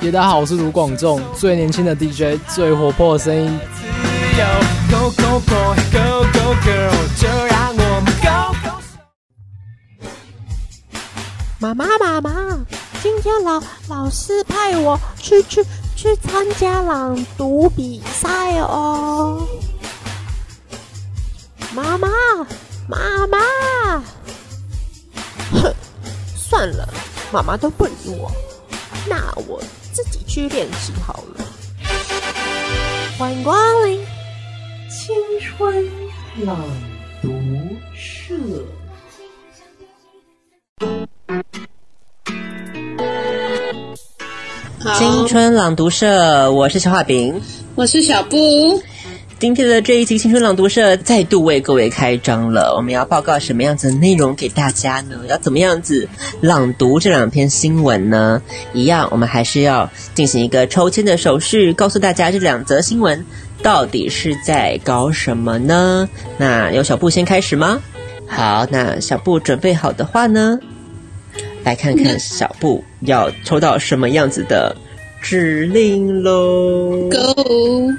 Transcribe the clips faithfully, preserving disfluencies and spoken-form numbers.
大家好，我是卢广仲，最年轻的 D J， 最活泼的声音。Go go boy, go go girl， 就让我们 go go。 妈妈妈妈，今天老老师派我去去去参加朗读比赛哦。妈妈妈妈，哼，算了，妈妈都不理我，那我自己去练习好了。欢迎光临青春朗读社。 青春朗读社，我是小画饼， 我是小布。 今天的这一期青春朗读社再度为各位开张了，我们要报告什么样子的内容给大家呢？要怎么样子朗读这两篇新闻呢？一样，我们还是要进行一个抽签的手续，告诉大家这两则新闻到底是在搞什么呢？那由小布先开始吗？好，那小布准备好的话呢，来看看小布要抽到什么样子的指令咯。 Go。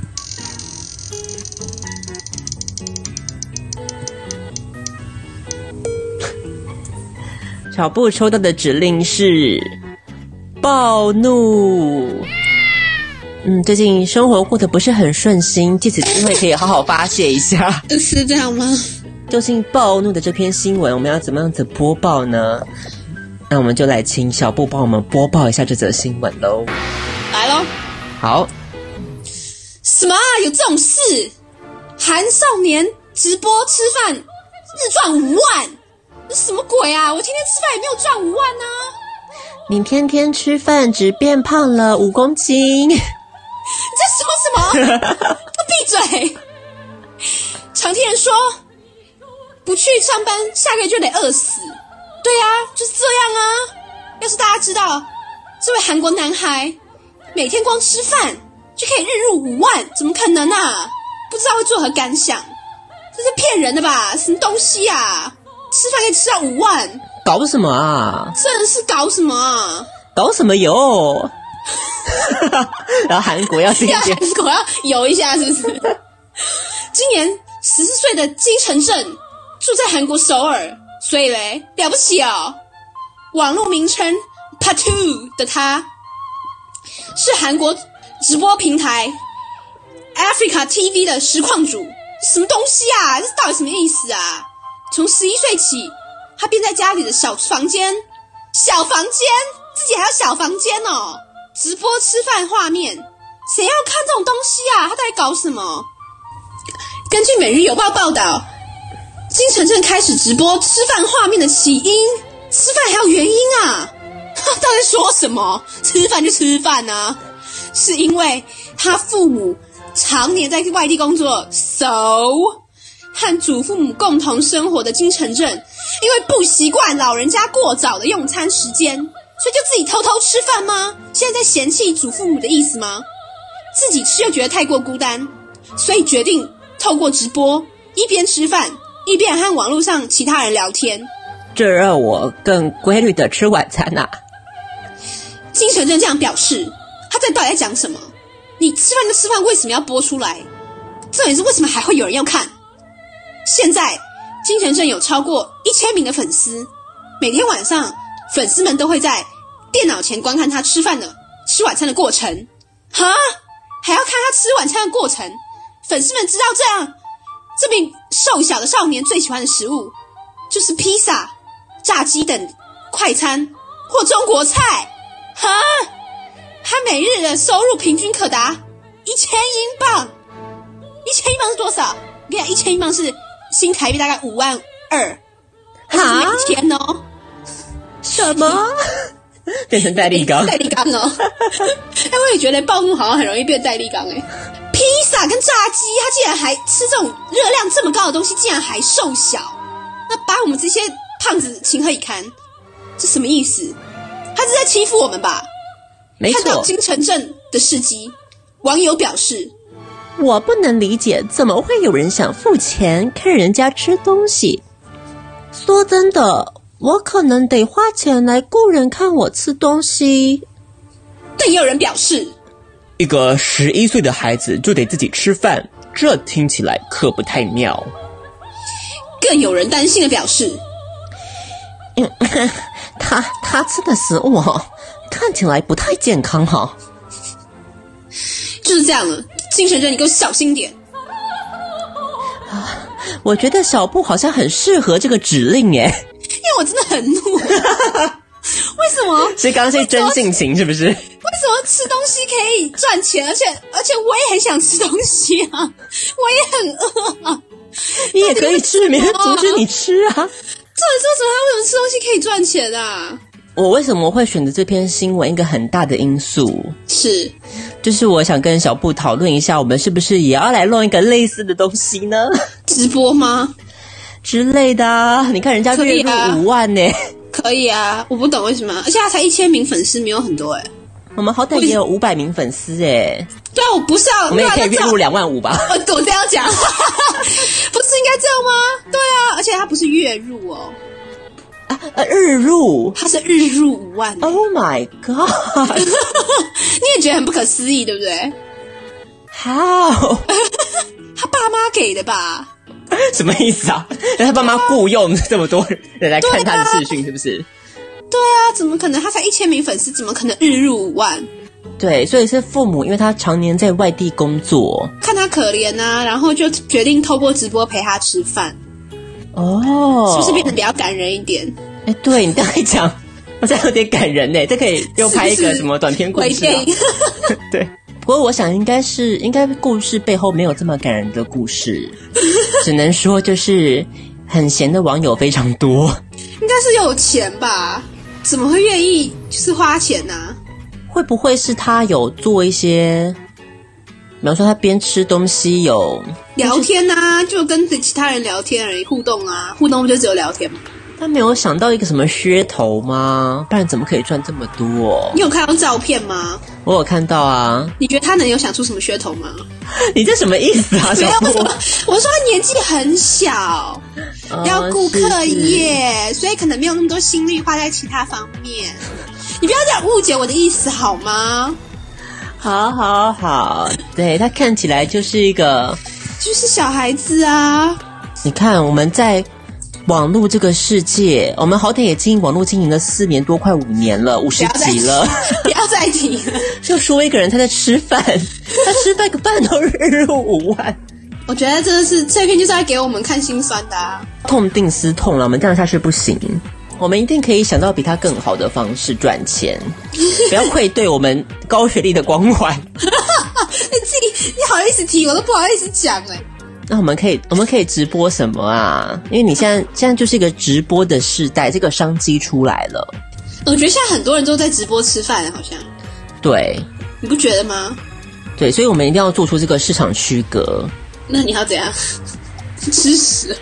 小布抽到的指令是暴怒。嗯，最近生活过得不是很顺心，借此机会可以好好发泄一下。 是这样吗？ 究竟暴怒的这篇新闻我们要怎么样子播报呢？那我们就来请小布帮我们播报一下这则新闻咯。 来咯。 好。 什么啊？有这种事？韩少年直播吃饭日赚五万，什么鬼啊？我天天吃饭也没有赚五万啊！ 你天天吃饭只变胖了五公斤。 你在说什么？闭嘴！常听人说，不去上班，下个月就得饿死。对啊，就是这样啊！要是大家知道，这位韩国男孩每天光吃饭就可以日入五万，怎么可能啊？不知道会作何感想？这是骗人的吧？什么东西啊？吃饭可以吃到五万？ 搞什么啊？ 真的是搞什么啊？ 搞什么油？然后韩国要今年韩国要游一下是不是？今年十四岁的金城镇住在韩国首尔，所以嘞了不起哦。网络名称 Patu 的他是韩国直播平台 Africa T V 的实况主。什么东西啊？这到底什么意思啊？从十一岁起，他便在家里的小房间，小房间，自己还有小房间哦，直播吃饭画面，谁要看这种东西啊？他到底搞什么？根据《每日邮报》报道，金城镇开始直播吃饭画面的起因，吃饭还有原因啊？他到底说什么？吃饭就吃饭啊？是因为他父母常年在外地工作 ，so 和祖父母共同生活的金城镇，因为不习惯老人家过早的用餐时间，所以就自己偷偷吃饭吗？现在在嫌弃祖父母的意思吗？自己吃又觉得太过孤单，所以决定透过直播一边吃饭一边和网络上其他人聊天， 这让我更规律的吃晚餐啊。 金城镇这样表示，他在到底在讲什么？你吃饭就吃饭，为什么要播出来？这也是为什么还会有人要看？现在金城镇有超过一千名的粉丝，每天晚上粉丝们都会在电脑前观看他吃饭的吃晚餐的过程。哈，还要看他吃晚餐的过程？粉丝们知道这样，这名瘦小的少年最喜欢的食物就是披萨、炸鸡等快餐或中国菜。哈，他每日的收入平均可达一千英镑。一千英镑是多少？我跟你讲，一千英镑是新台币大概五万二，哈，每天哦。 什么？变成戴立刚？ 戴立刚哦。但我也觉得暴怒好像很容易变戴立刚哎。披萨跟炸鸡，他竟然还吃这种热量这么高的东西，竟然还瘦小，那把我们这些胖子情何以堪？这什么意思？他是在欺负我们吧？ 没错。 看到金城镇的事迹，网友表示， 我不能理解怎么会有人想付钱看人家吃东西。说真的，我可能得花钱来雇人看我吃东西。 但也有人表示， 一个十一岁的孩子就得自己吃饭，这听起来可不太妙。 更有人担心的表示， 嗯，他他吃的食物哦，看起来不太健康哈、哦。 就是这样了，金城镇，你给我小心点。 我觉得小布好像很适合这个指令耶， 因为我真的很怒。为什么？ 所以刚刚是真性情是不是？为什么吃东西可以赚钱，而且而且我也很想吃东西啊，我也很饿啊。 你也可以吃，没人阻止你吃啊。 照理说什么？他为什么吃东西可以赚钱啊？ 我为什么会选择这篇新闻？一个很大的因素是， 就是我想跟小布讨论一下，我们是不是也要来弄一个类似的东西呢？ 直播吗？ 之类的啊！你看人家月入五万呢、欸， 可以啊！我不懂为什么，而且他才一千名粉丝，没有很多哎、欸。 我们好歹也有五百名粉丝哎、欸。 对啊，我不是啊， 我们也可以月入两万五吧？ 我我这样讲，不是应该这样吗？对啊，而且他不是月入哦。 啊，日入， 他是日入五万、欸。 Oh my god！ 你也觉得很不可思议，对不对 ？How？ 他爸妈给的吧？ 什么意思啊？他爸妈雇佣这么多人来看他的视讯，是不是？ 对啊，怎么可能？他才一千名粉丝，怎么可能日入五万？ 对，所以是父母，因为他常年在外地工作， 看他可怜啊，然后就决定透过直播陪他吃饭。 哦， 是不是变得比较感人一点？ 哎，对你这样一讲，好像有点感人呢。这可以又拍一个什么短篇故事啊？对。不过我想应该是应该故事背后没有这么感人的故事，只能说就是很闲的网友非常多。 应该是有钱吧？怎么会愿意就是花钱呢、啊？ 会不会是他有做一些，比方说他边吃东西有聊天啊，就跟其他人聊天而已，互动啊，互动不就只有聊天吗？ 他没有想到一个什么噱头吗？不然怎么可以赚这么多？ 你有看到照片吗？ 我有看到啊。 你觉得他能有想出什么噱头吗？ 你这什么意思啊，小布？ 我说他年纪很小，呃、要顾课业，所以可能没有那么多心力花在其他方面。你不要这样误解我的意思好吗？ 好好好，对，他看起来就是一个， 就是小孩子啊。 你看我们在网络这个世界，我们好歹也经营网络经营了四年多，快五年了，五十集了， 不要再提了。 就说一个人他在吃饭，他吃饭个饭都日入五万。 我觉得真的是这篇就是在给我们看心酸的啊， 痛定思痛了，我们这样下去不行。我们一定可以想到比他更好的方式赚钱，不要愧对我们高学历的光环。 你自己你好意思提，我都不好意思讲哎、欸。 那我们可以我们可以直播什么啊？因为你现在现在就是一个直播的世代，这个商机出来了。 我觉得现在很多人都在直播吃饭，好像。 对， 你不觉得吗？ 对，所以我们一定要做出这个市场区隔。 那你要怎样？吃屎！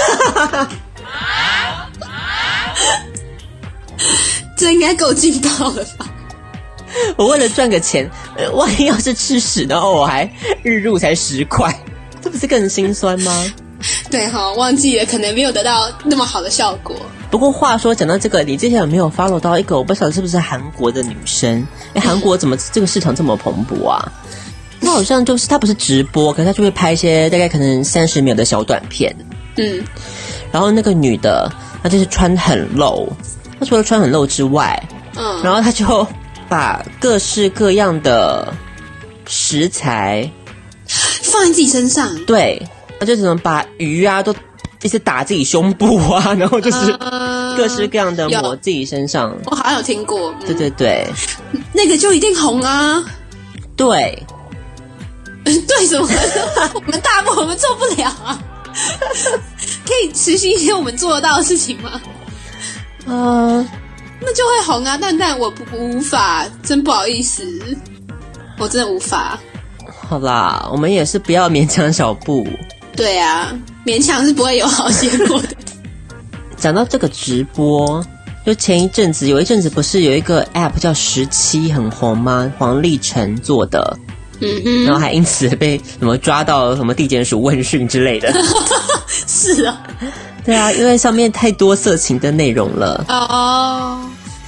这应该够劲爆了吧？ 我为了赚个钱，呃，万一要是吃屎，然后我还日入才十块，这不是更心酸吗？ 对哈、哦，忘记了，可能没有得到那么好的效果。 不过话说，讲到这个，你之前有没有 follow 到一个？我不晓得是不是韩国的女生？哎，韩国怎么这个市场这么蓬勃啊？那好像就是她不是直播，可是她就会拍一些大概可能三十秒的小短片。 嗯， 然后那个女的，她就是穿很露，她除了穿很露之外，嗯，然后她就把各式各样的食材放在自己身上， 对，她就只能把鱼啊都一直打自己胸部啊，然后就是各式各样的抹自己身上。 我好像有听过， 对对对， 那个就一定红啊。 对， 对什么？我们大部我们做不了啊。可以实行一些我们做得到的事情吗？ 呃， 那就会红啊，但但我不无法，真不好意思，我真的无法。 好啦，我们也是不要勉强小布。 对啊，勉强是不会有好结果的。 讲到这个直播，就前一阵子有一阵子不是有一个 app 叫十七很红吗？黄立成做的，嗯嗯，然后还因此被什么抓到什么地检署问讯之类的。 是啊， 对啊，因为上面太多色情的内容了。 哦，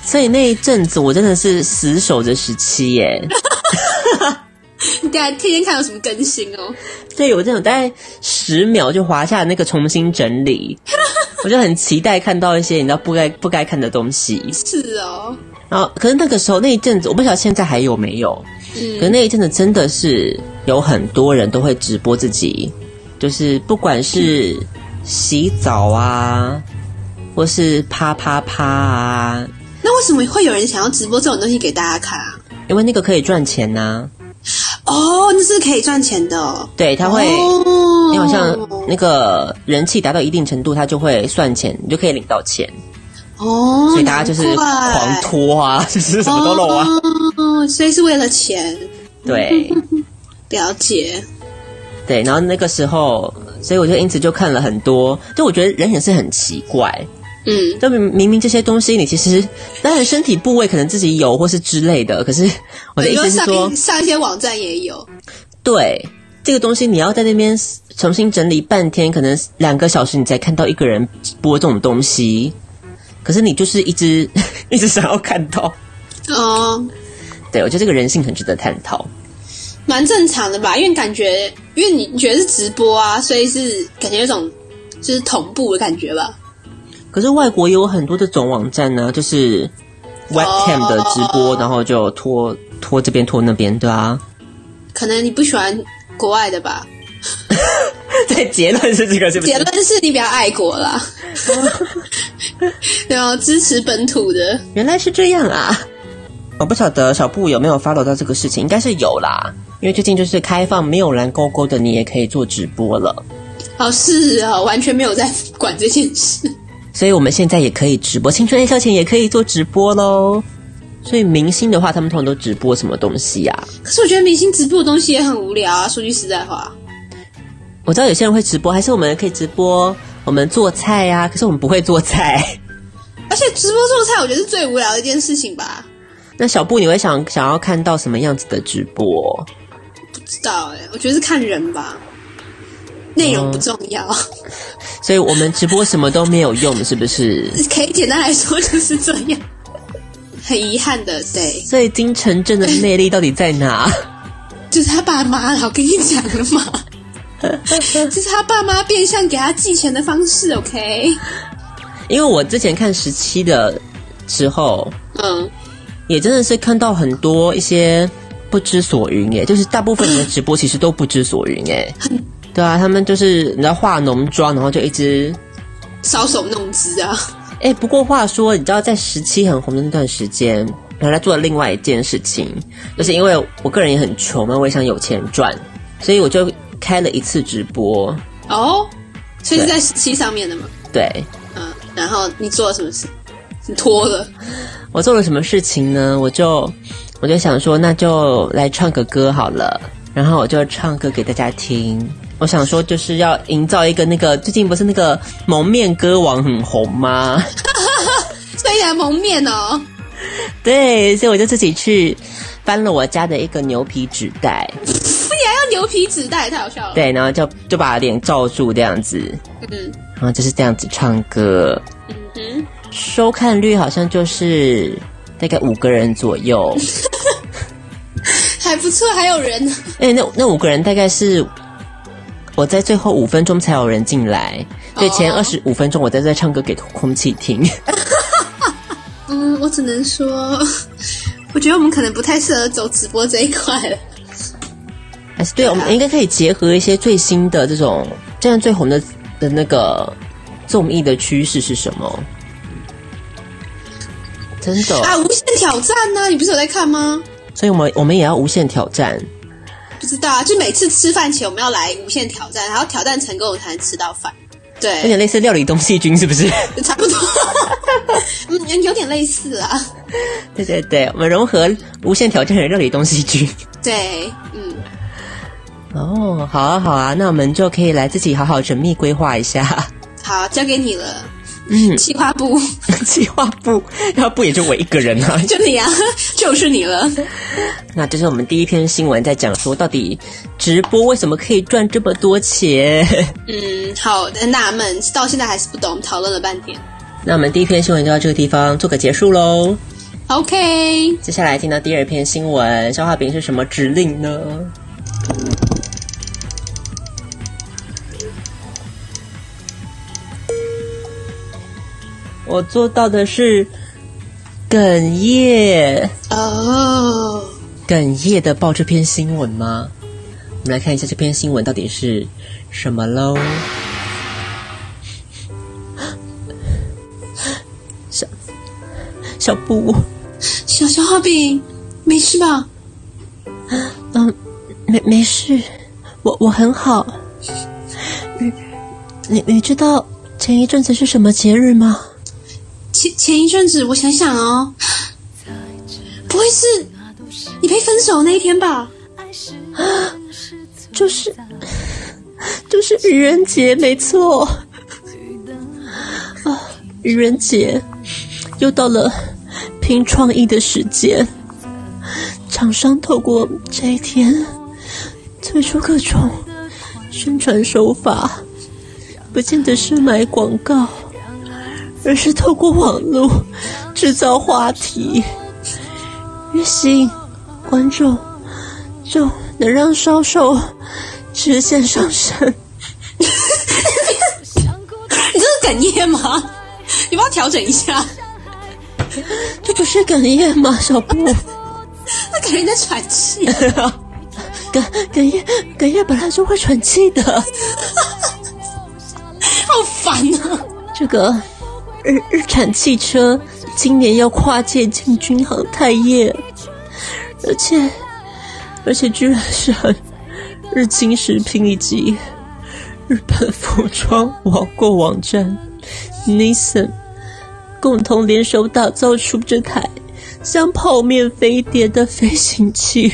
所以那一阵子我真的是死守着十七耶。 对啊，天天看有什么更新哦。 对，我真的大概十秒就滑下那个重新整理，我就很期待看到一些你知道不该不该看的东西。 是哦。 然后，可是那个时候那一阵子，我不晓得现在还有没有。嗯。可是那一阵子真的是有很多人都会直播自己，就是不管是洗澡啊，或是啪啪啪啊。 那为什么会有人想要直播这种东西给大家看啊？ 因为那个可以赚钱啊。 哦，那是可以赚钱的哦。 对，他会，哦、因为好像那个人气达到一定程度，他就会算钱，你就可以领到钱。 哦， 所以大家就是狂拖啊，就是什么都漏啊。 哦，所以是为了钱。 对， 了解。 对，然后那个时候，所以我就因此就看了很多，就我觉得人也是很奇怪。嗯，就明明这些东西你其实当然身体部位可能自己有或是之类的，可是我的意思是说上, 上一些网站也有。 对，这个东西你要在那边重新整理半天，可能两个小时你才看到一个人播这种东西，可是你就是一直一直想要看到。哦，对，我觉得这个人性很值得探讨。 蛮正常的吧，因为感觉因为你觉得是直播啊，所以是感觉有种就是同步的感觉吧。 可是外国也有很多这种网站呢，就是 webcam 的直播， oh. 然后就拖拖这边拖那边，对啊。 可能你不喜欢国外的吧？ 对，结论是这个，是不是？ 结论是你比较爱国啦，然后支持本土的。 原来是这样啊！我不晓得小布有没有 follow 到这个事情，应该是有啦，因为最近就是开放没有蓝勾勾的，你也可以做直播了。 哦，是啊，完全没有在管这件事。 所以我们现在也可以直播，青春爱消遣也可以做直播咯。所以明星的话，他们通常都直播什么东西啊？ 可是我觉得明星直播的东西也很无聊啊，说句实在话。 我知道有些人会直播，还是我们可以直播我们做菜啊，可是我们不会做菜。 而且直播做菜我觉得是最无聊的一件事情吧。 那小布你会想想要看到什么样子的直播？ 不知道欸，我觉得是看人吧，内容不重要。嗯， 所以我们直播什么都没有用，是不是？ 可以简单来说就是这样。很遗憾的，对。 所以金城镇的魅力到底在哪？ 就是他爸妈，我跟你讲了嘛。就是他爸妈变相给他寄钱的方式 ，OK？ 因为我之前看十七的时候，嗯，也真的是看到很多一些不知所云耶，就是大部分人的直播其实都不知所云耶。对啊，他们就是你知道化浓妆，然后就一直搔首弄姿啊。 哎，不过话说，你知道在十七很红的那段时间，然后他做了另外一件事情，就是因为我个人也很穷嘛，我也想有钱赚，所以我就开了一次直播。 哦，所以是在十七上面的吗？ 对。 嗯，然后你做了什么事？你脱了？ 我做了什么事情呢？我就我就想说，那就来唱个歌好了。然后我就唱歌给大家听。我想说，就是要营造一个那个最近不是那个蒙面歌王很红吗？ 所以还蒙面哦。 对，所以我就自己去翻了我家的一个牛皮纸袋。 你还要牛皮纸袋，太好笑了。 对，然后就就把脸罩住这样子。嗯。然后就是这样子唱歌。嗯哼。收看率好像就是大概五个人左右。 还不错，还有人。 哎，那那五个人大概是我在最后五分钟才有人进来，对，前二十五分钟我在这唱歌给空气听。 嗯，我只能说，我觉得我们可能不太适合走直播这一块了。 还是对，我们应该可以结合一些最新的这种，这样最红的的那个综艺的趋势是什么？真的啊，无限挑战呢、啊？你不是有在看吗？ 所以我们我们也要无限挑战。 不知道啊，就每次吃饭前我们要来无限挑战，然后挑战成功我才能吃到饭。对， 有点类似料理东西君是不是？ 差不多。嗯，有点类似啊。 对对对，我们融合无限挑战的料理东西君。 对，嗯。 哦，好啊好啊，那我们就可以来自己好好缜密规划一下。 好，交给你了。 嗯， 企划部， 企划部，要不也就我一个人啊， 就你啊，就是你了。 那这是我们第一篇新闻，在讲说到底直播为什么可以赚这么多钱？ 嗯，好，很纳闷，到现在还是不懂，讨论了半天。 那我们第一篇新闻就到这个地方做个结束咯。 OK， 接下来听到第二篇新闻，消化饼是什么指令呢？我做到的是哽咽哦， 哽咽的报这篇新闻吗？我们来看一下这篇新闻到底是什么咯。小小布， 小小画饼，没事吧？ 嗯，没没事，我我很好。你你知道前一阵子是什么节日吗？ 前前一阵子，我想想哦，不会是你被分手那一天吧？ 就是就是愚人节，没错。啊，愚人节又到了拼创意的时间，厂商透过这一天推出各种宣传手法，不见得是买广告，而是透过网络制造话题，越吸引观众，就能让销售直线上升。 你这是哽咽吗？你帮我调整一下。 这不是哽咽吗，小布？ 那感觉你在喘气。 哽哽咽哽咽本来就会喘气的。 好烦啊！ 这个日日产汽车今年要跨界进军航太业，而且而且居然是和日经食品以及日本服装网购网站 Nissan 共同联手打造出这台像泡面飞碟的飞行器。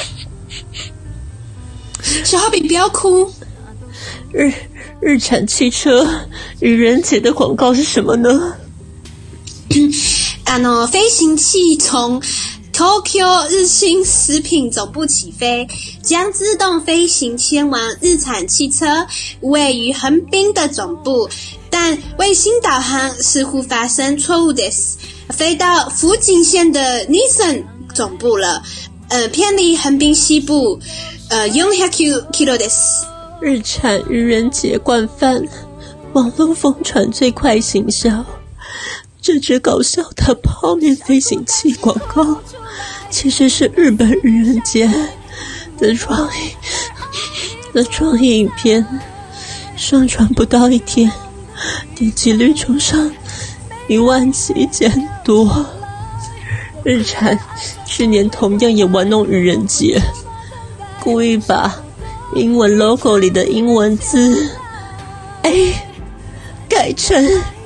小画饼不要哭。 日日产汽车愚人节的广告是什么呢？ あの飞行器从 Tokyo 日清食品总部起飞，将自动飞行前往日产汽车位于横滨的总部，但卫星导航似乎发生错误です，飞到福井县的 Nissan 总部了，呃，偏离横滨西部，呃，四百キロです。 日产愚人节惯犯，网络疯传最快行销。这支搞笑的泡面飞行器广告，其实是日本愚人节的创意的创意影片，上传不到一天，点击率冲上一万七千多。日产去年同样也玩弄愚人节，故意把英文 logo 里的英文字 A 改成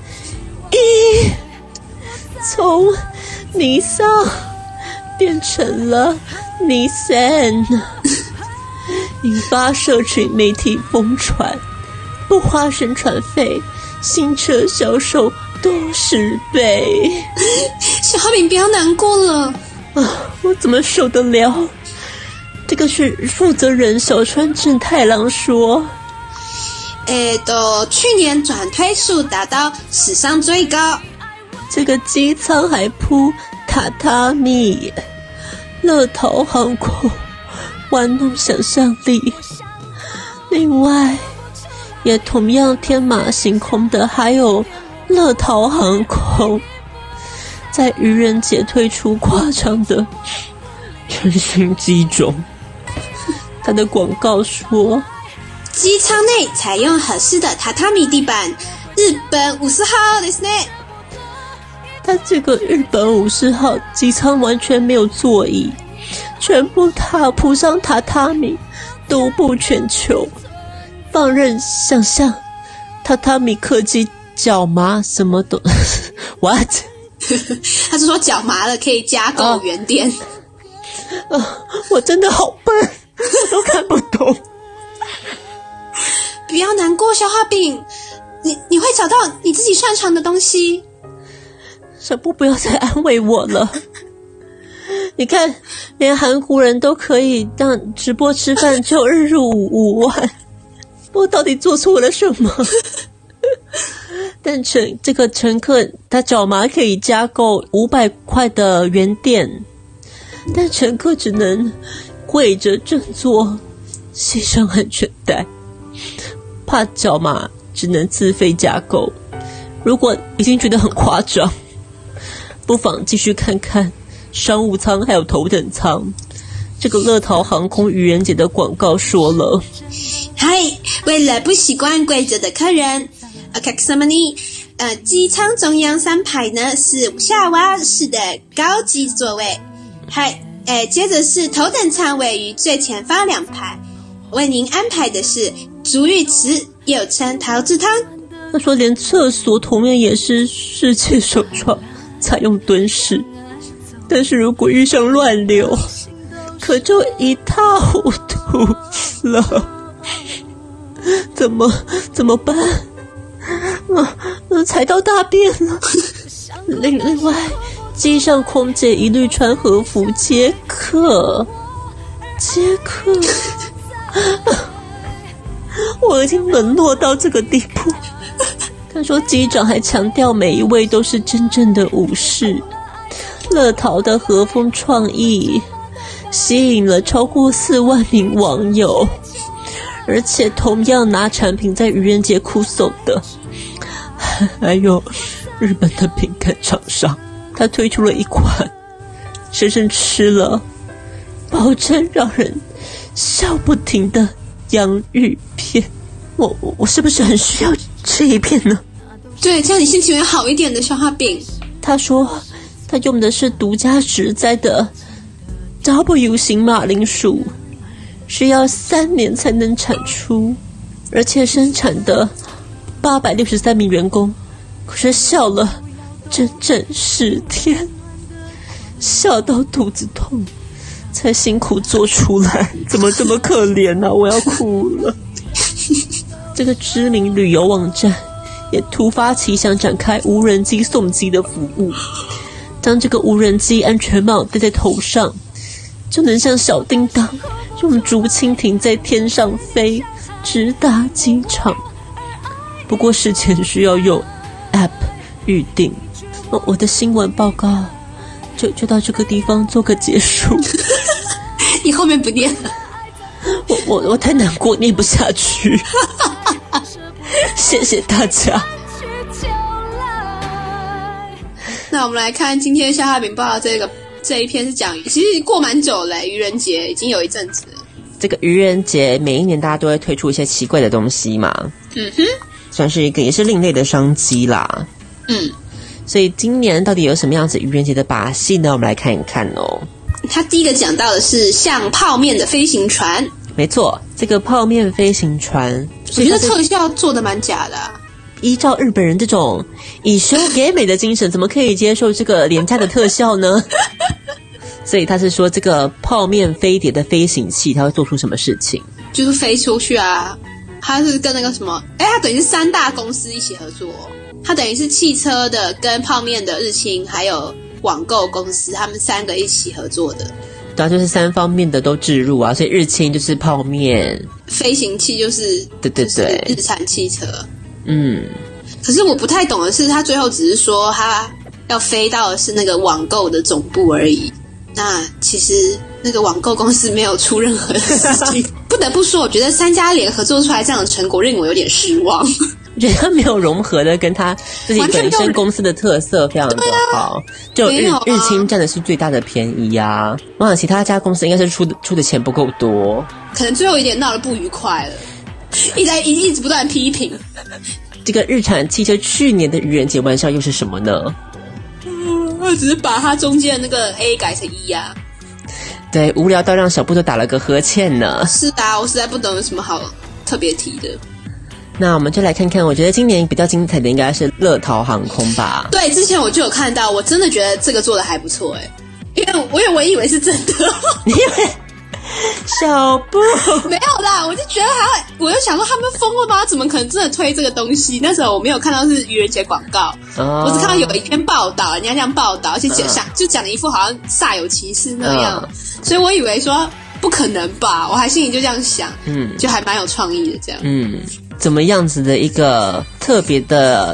E， 从尼桑变成了尼森，引发社群媒体疯传，不花宣传费，新车销售多十倍。 小画饼不要难过了啊！我怎么受得了？这个是负责人小川正太郎说， 诶，都去年转推数达到史上最高。 这个机舱还铺榻榻米，乐桃航空玩弄想象力。另外，也同样天马行空的还有乐桃航空，在愚人节推出夸张的全新机种。他的广告说， 机舱内采用合适的榻榻米地板，日本五十号ですね。 他这个日本五十号机舱完全没有座椅，全部踏铺上榻榻米，独步全球。放任想象，榻榻米科技脚麻什么都what？ 他是说脚麻了可以加购原点。 啊，啊我真的好笨，我都看不懂。 不要难过，小画饼，你你会找到你自己擅长的东西。 小布不要再安慰我了。你看，连韩国人都可以让直播吃饭就日入五万，我到底做错了什么？ 但乘这个乘客他脚麻可以加购五百块的原店，但乘客只能跪着正坐，系上安全带，怕脚麻只能自费加购。如果已经觉得很夸张，不妨继续看看商务舱还有頭等舱。这个乐桃航空愚人节的广告说了， 嗨，为了不习惯跪着的客人，お客様に呃，机舱中央三排呢是夏娃式的高级座位。嗨，诶，接着是头等舱位于最前方两排，为您安排的是足浴池，又称桃子汤。 他说连厕所同样也是世界首创采用蹲式，但是如果遇上乱流，可就一塌糊涂了。怎么怎么办？啊，踩到大便了。另另外，机上空姐一律穿和服接客，接客。我已经沦落到这个地步。他说机长还强调每一位都是真正的武士。乐桃的和风创意吸引了超过四万名网友，而且同样拿产品在愚人节哭送的还有日本的饼干厂商，他推出了一款深深吃了保证让人笑不停的洋芋片。我我我是不是很需要吃一片呢？ 对，这样你心情会好一点的消化饼。 他说他用的是独家植栽的 W 型马铃薯，需要三年才能产出，而且生产的八百六十三名员工可是笑了整整十天，笑到肚子痛才辛苦做出来。怎么这么可怜啊，我要哭了。这个知名旅游网站也突发奇想展开无人机送机的服务，当这个无人机安全帽戴在头上，就能像小叮当用竹蜻蜓在天上飞，直达机场。不过事前需要用 App 预定。哦，我的新闻报告就就到这个地方做个结束。 你后面不念了？ 我我我太难过，念不下去。谢谢大家。 那我们来看今天消化饼报的这个这一篇是讲，其实过蛮久了，愚人节已经有一阵子了。 这个愚人节每一年大家都会推出一些奇怪的东西嘛， 嗯哼， 算是一个也是另类的商机啦。 嗯， 所以今年到底有什么样子愚人节的把戏呢？我们来看一看哦。 他第一个讲到的是像泡面的飞行船。 没错，这个泡面飞行船， 我觉得特效做的蛮假的、啊。 依照日本人这种以修给美的精神，怎么可以接受这个廉价的特效呢？所以他是说这个泡面飞碟的飞行器，它会做出什么事情？ 就是飞出去啊！它是跟那个什么，哎，它等于是三大公司一起合作。它等于是汽车的跟泡面的日清，还有网购公司，他们三个一起合作的。 对啊，就是三方面的都置入啊，所以日清就是泡面， 飞行器就是对对对， 就是日产汽车。 嗯， 可是我不太懂的是，他最后只是说他要飞到的是那个网购的总部而已。那其实那个网购公司没有出任何的事情。不得不说，我觉得三家联合做出来这样的成果，令我有点失望。 我觉得他没有融合的跟他自己本身公司的特色非常的好，就日、啊、日清占的是最大的便宜啊。我想其他家公司应该是出的出的钱不够多， 可能最后一点闹得不愉快了，一直一一直不断批评。 这个日产汽车去年的愚人节玩笑又是什么呢？ 嗯，我只是把它中间的那个 A 改成一啊。 对，无聊到让小布都打了个呵欠呢。 是啊，我实在不懂有什么好特别提的。 那我们就来看看，我觉得今年比较精彩的应该是乐桃航空吧。 对，之前我就有看到，我真的觉得这个做的还不错哎，因为我以为以为是真的。 你以为小布没有啦，我就觉得还，我就想说他们疯了吗？怎么可能真的推这个东西？那时候我没有看到是愚人节广告，哦、我只看到有一篇报道，人家这样报道，而且讲、嗯、就讲了一副好像煞有其事那样，嗯、所以我以为说不可能吧，我还心里就这样想，嗯，就还蛮有创意的这样， 嗯。怎么样子的一个特别的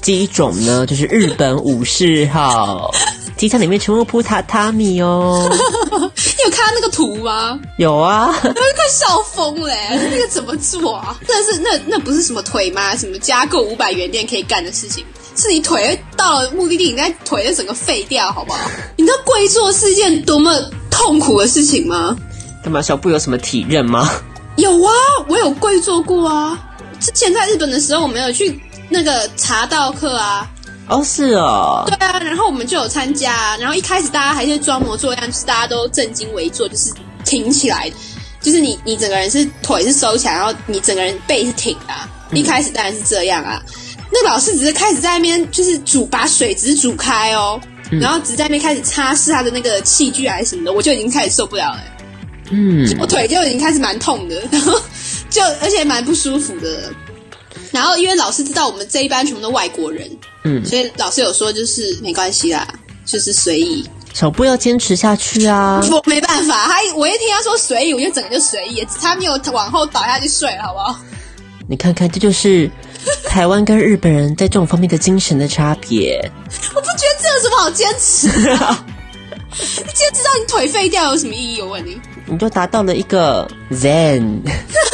机种呢，就是日本武士号。机场里面全部铺榻榻米哦。 你有看到那个图吗？ 有啊， 我快笑疯了耶，那个怎么做啊？那是那那不是什么腿吗？什么加购五百元店可以干的事情，是你腿到了目的地，你那腿就整个废掉，好不好？你知道跪坐是一件多么痛苦的事情吗？ 干嘛？小布有什么体认吗？ 有啊，我有跪坐过啊。之前在日本的时候，我们有去那个茶道课啊。 哦，是哦。 对啊，然后我们就有参加、啊，然后一开始大家还是装模作样，就是大家都正襟危坐，就是挺起来的，就是你你整个人是腿是收起来，然后你整个人背是挺的、啊嗯。一开始当然是这样啊。那老师只是开始在那边就是煮把水只是煮开哦、嗯，然后只在那边开始擦拭他的那个器具还是什么的，我就已经开始受不了了。嗯，我腿就已经开始蛮痛的，然后就而且蛮不舒服的。然后因为老师知道我们这一班全部都外国人，嗯，所以老师有说就是没关系啦，就是随意。 小布要坚持下去啊！ 我没办法，他我一听他说随意，我就整个就随意，他没有往后倒下去睡了，好不好？你看看，这就是台湾跟日本人在这种方面的精神的差别。 我不觉得这有什么好坚持的。你坚持到你腿废掉有什么意义？我问你， 你就达到了一个 Zen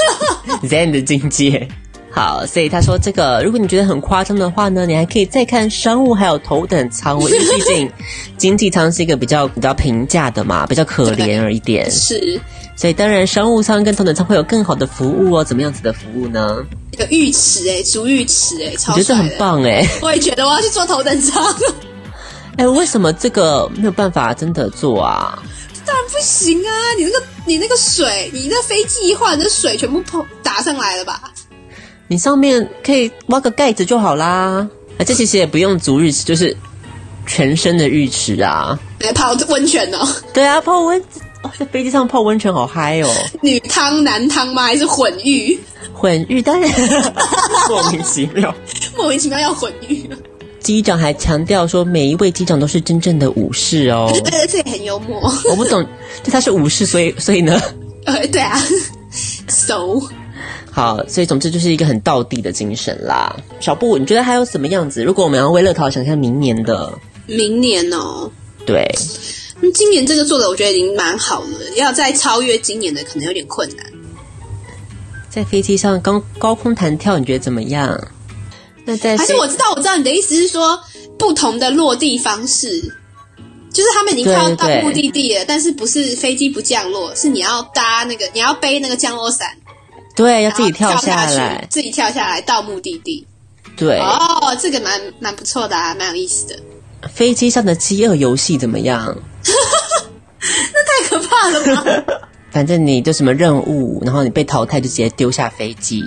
Zen 的境界。好，所以他说这个，如果你觉得很夸张的话呢，你还可以再看商务还有头等舱位，因为毕竟经济舱是一个比较比较平价的嘛，比较可怜而一点。 是， 所以当然商务舱跟头等舱会有更好的服务哦。怎么样子的服务呢？ 有浴池诶、欸，足浴池诶、欸，超帅的。 我觉得很棒诶、欸。 我也觉得我要去坐头等舱。 哎、欸，为什么这个没有办法真的做啊？ 当然不行啊！你那个你那个水，你那飞机一换，那水全部打上来了吧？ 你上面可以挖个盖子就好啦。而且其实也不用足浴池，就是全身的浴池啊。 来泡温泉哦。 对啊，泡温哦，在飞机上泡温泉好嗨哦。 女汤男汤吗？还是混浴？ 混浴当然。莫名其妙， 莫名其妙要混浴。 机长还强调说，每一位机长都是真正的武士哦。 对，这也很幽默。 我不懂，就他是武士，所以所以呢？ 呃，对啊。So。 好，所以总之就是一个很道地的精神啦。小布，你觉得还有什么样子？如果我们要为乐桃想象明年的， 明年哦， 对， 嗯，今年这个做的我觉得已经蛮好了，要再超越今年的可能有点困难。 在飞机上高高空弹跳，你觉得怎么样？那在还是我知道，我知道你的意思是说不同的落地方式，就是他们已经快要到目的地了，但是不是飞机不降落，是你要搭那个，你要背那个降落伞。 对，要自己跳下来， 自己跳下来到目的地。 对， 哦，这个蛮蛮不错的啊，蛮有意思的。 飞机上的饥饿游戏怎么样？ 那太可怕了吧！ 反正你就什么任务，然后你被淘汰就直接丢下飞机。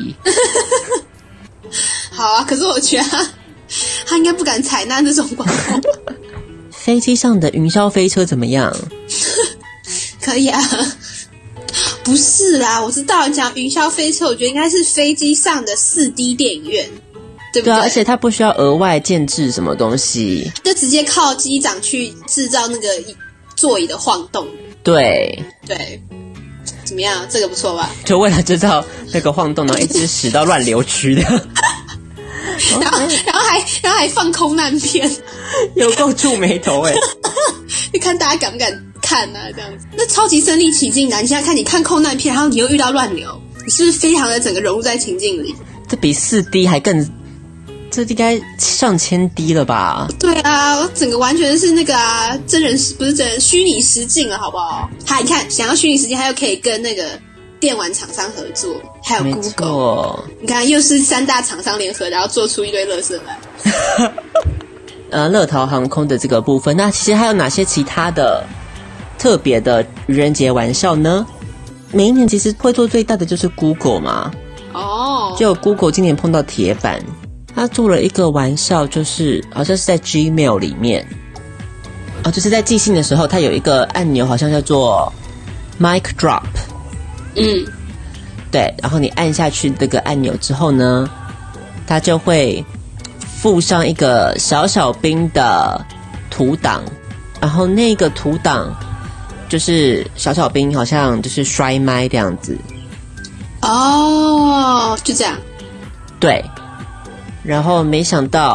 好啊，可是我觉得他他应该不敢采纳这种广告。 飞机上的云霄飞车怎么样？ 可以啊。不是啦，我知道你讲云霄飞车，我觉得应该是飞机上的 四 D 电影院，对不对？ 对啊，而且它不需要额外建置什么东西， 就直接靠机长去制造那个座椅的晃动。 对对，怎么样？这个不错吧？ 就为了制造那个晃动，然后一直使到乱流区的。 然后，然后还，然后还放空难片， 有够触眉头哎！ 你看大家敢不敢看啊？这样子，那超级身临其境的。你现在看，你看空难片，然后你又遇到乱流，你是不是非常的整个融入在情境里？这比四 D 还更，这应该上千 D 了吧？ 对啊，整个完全是那个啊，真人不是真人，虚拟实境了，好不好？还你看，想要虚拟实境，还有可以跟那个电玩厂商合作，还有 Google， 你看又是三大厂商联合，然后做出一堆垃圾来。 呃，乐桃航空的这个部分，那其实还有哪些其他的特别的愚人节玩笑呢？每一年其实会做最大的就是 Google 嘛， 哦， 就 Google 今年碰到铁板，他做了一个玩笑，就是好像是在 Gmail 里面，哦，就是在寄信的时候，它有一个按钮，好像叫做 Mic Drop， 嗯， 对，然后你按下去这个按钮之后呢，它就会附上一个小小兵的图档，然后那个图档就是小小兵好像就是摔麦这样子。 哦，就这样。 对。然后没想到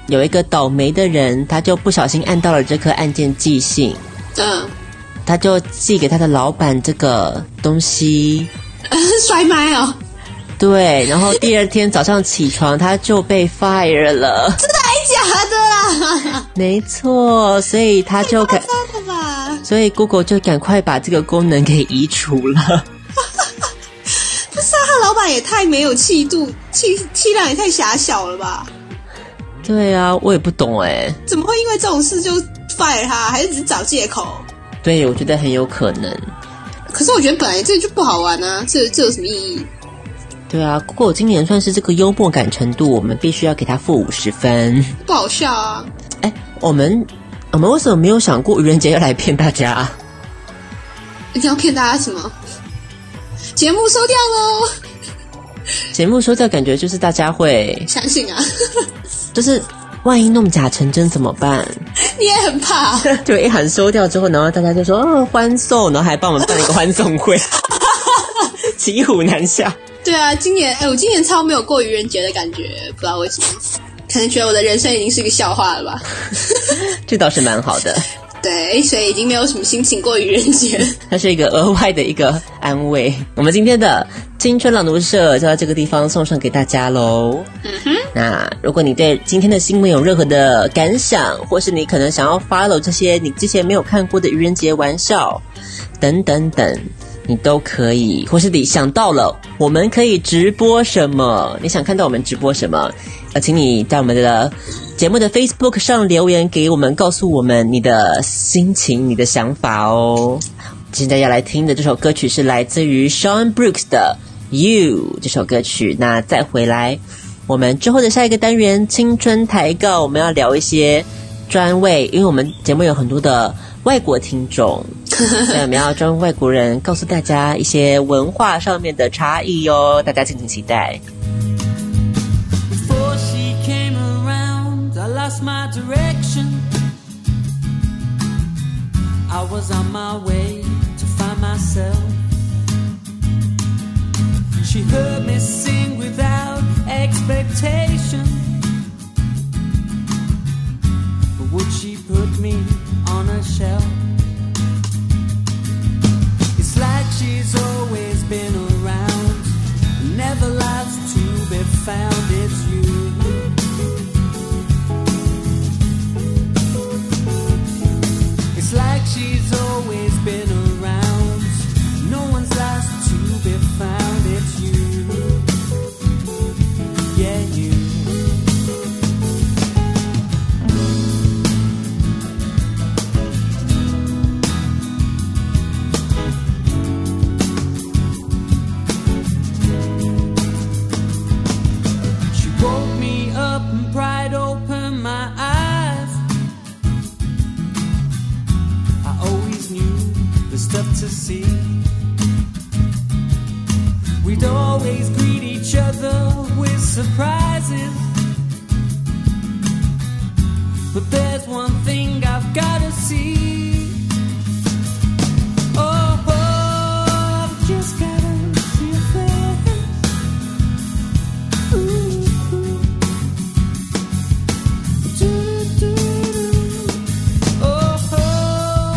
有一个倒霉的人，他就不小心按到了这颗按键寄信， 嗯， 他就寄给他的老板这个东西， 摔麦哦。 对，然后第二天早上起床，他就被 fire 了。 真的还假的啦？ 没错，所以他就赶， 真的吧？ 所以 Google 就赶快把这个功能给移除了。 不是啊，他老板也太没有气度，气气量也太狭小了吧？ 对啊，我也不懂哎， 怎么会因为这种事就 fire 他？还是只是找借口？ 对，我觉得很有可能。 可是我觉得本来这就不好玩啊，这这有什么意义？ 对啊 ，Google 今年算是这个幽默感程度，我们必须要给他负五十分。 不好笑啊！ 哎，我们我们为什么没有想过愚人节要来骗大家？ 一定要骗大家什么？节目收掉喽！ 节目收掉，感觉就是大家会相信啊， 就是万一弄假成真怎么办？ 你也很怕， 就一喊收掉之后，然后大家就说哦欢送，然后还帮我们办一个欢送会，骑虎难下。 对啊，今年哎，我今年超没有过愚人节的感觉，不知道为什么，可能觉得我的人生已经是一个笑话了吧。 这倒是蛮好的。 对，所以已经没有什么心情过愚人节， 它是一个额外的一个安慰。我们今天的青春朗读社就到这个地方送上给大家喽。嗯哼，那如果你对今天的新闻有任何的感想，或是你可能想要 follow 这些你之前没有看过的愚人节玩笑等等等，你都可以，或是你想到了我们可以直播什么，你想看到我们直播什么，呃，请你在我们的节目的 Facebook 上留言给我们，告诉我们你的心情、你的想法哦。现在要来听的这首歌曲是来自于 Sean Brooks 的 You 这首歌曲。那再回来，我们之后的下一个单元青春抬杠，我们要聊一些专为，因为我们节目有很多的外国听众，所以我们要专外国人告诉大家一些文化上面的差异哦，大家敬请期待。 I lost my direction. I was on my way to find myself. She heard me sing without expectation. But would she put me on a shelf? It's like she's always been around, never lost to be found. It's you. It's like she's always been around. No one's lost to be found. It's you. Yeah, you. She woke me up and pried open my eyes. Always knew the stuff to see. We'd always greet each other with surprises. But there's one thing I've gotta see. Oh, oh, I've just gotta see your face. Ooh, ooh. Do, do, do. Oh, oh.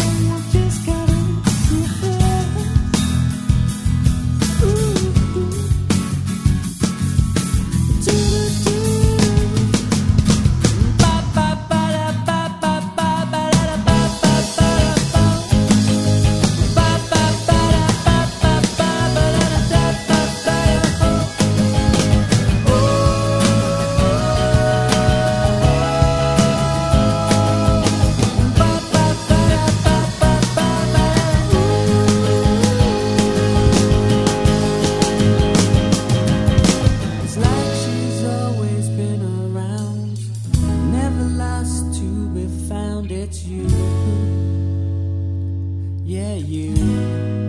It's you, yeah, you.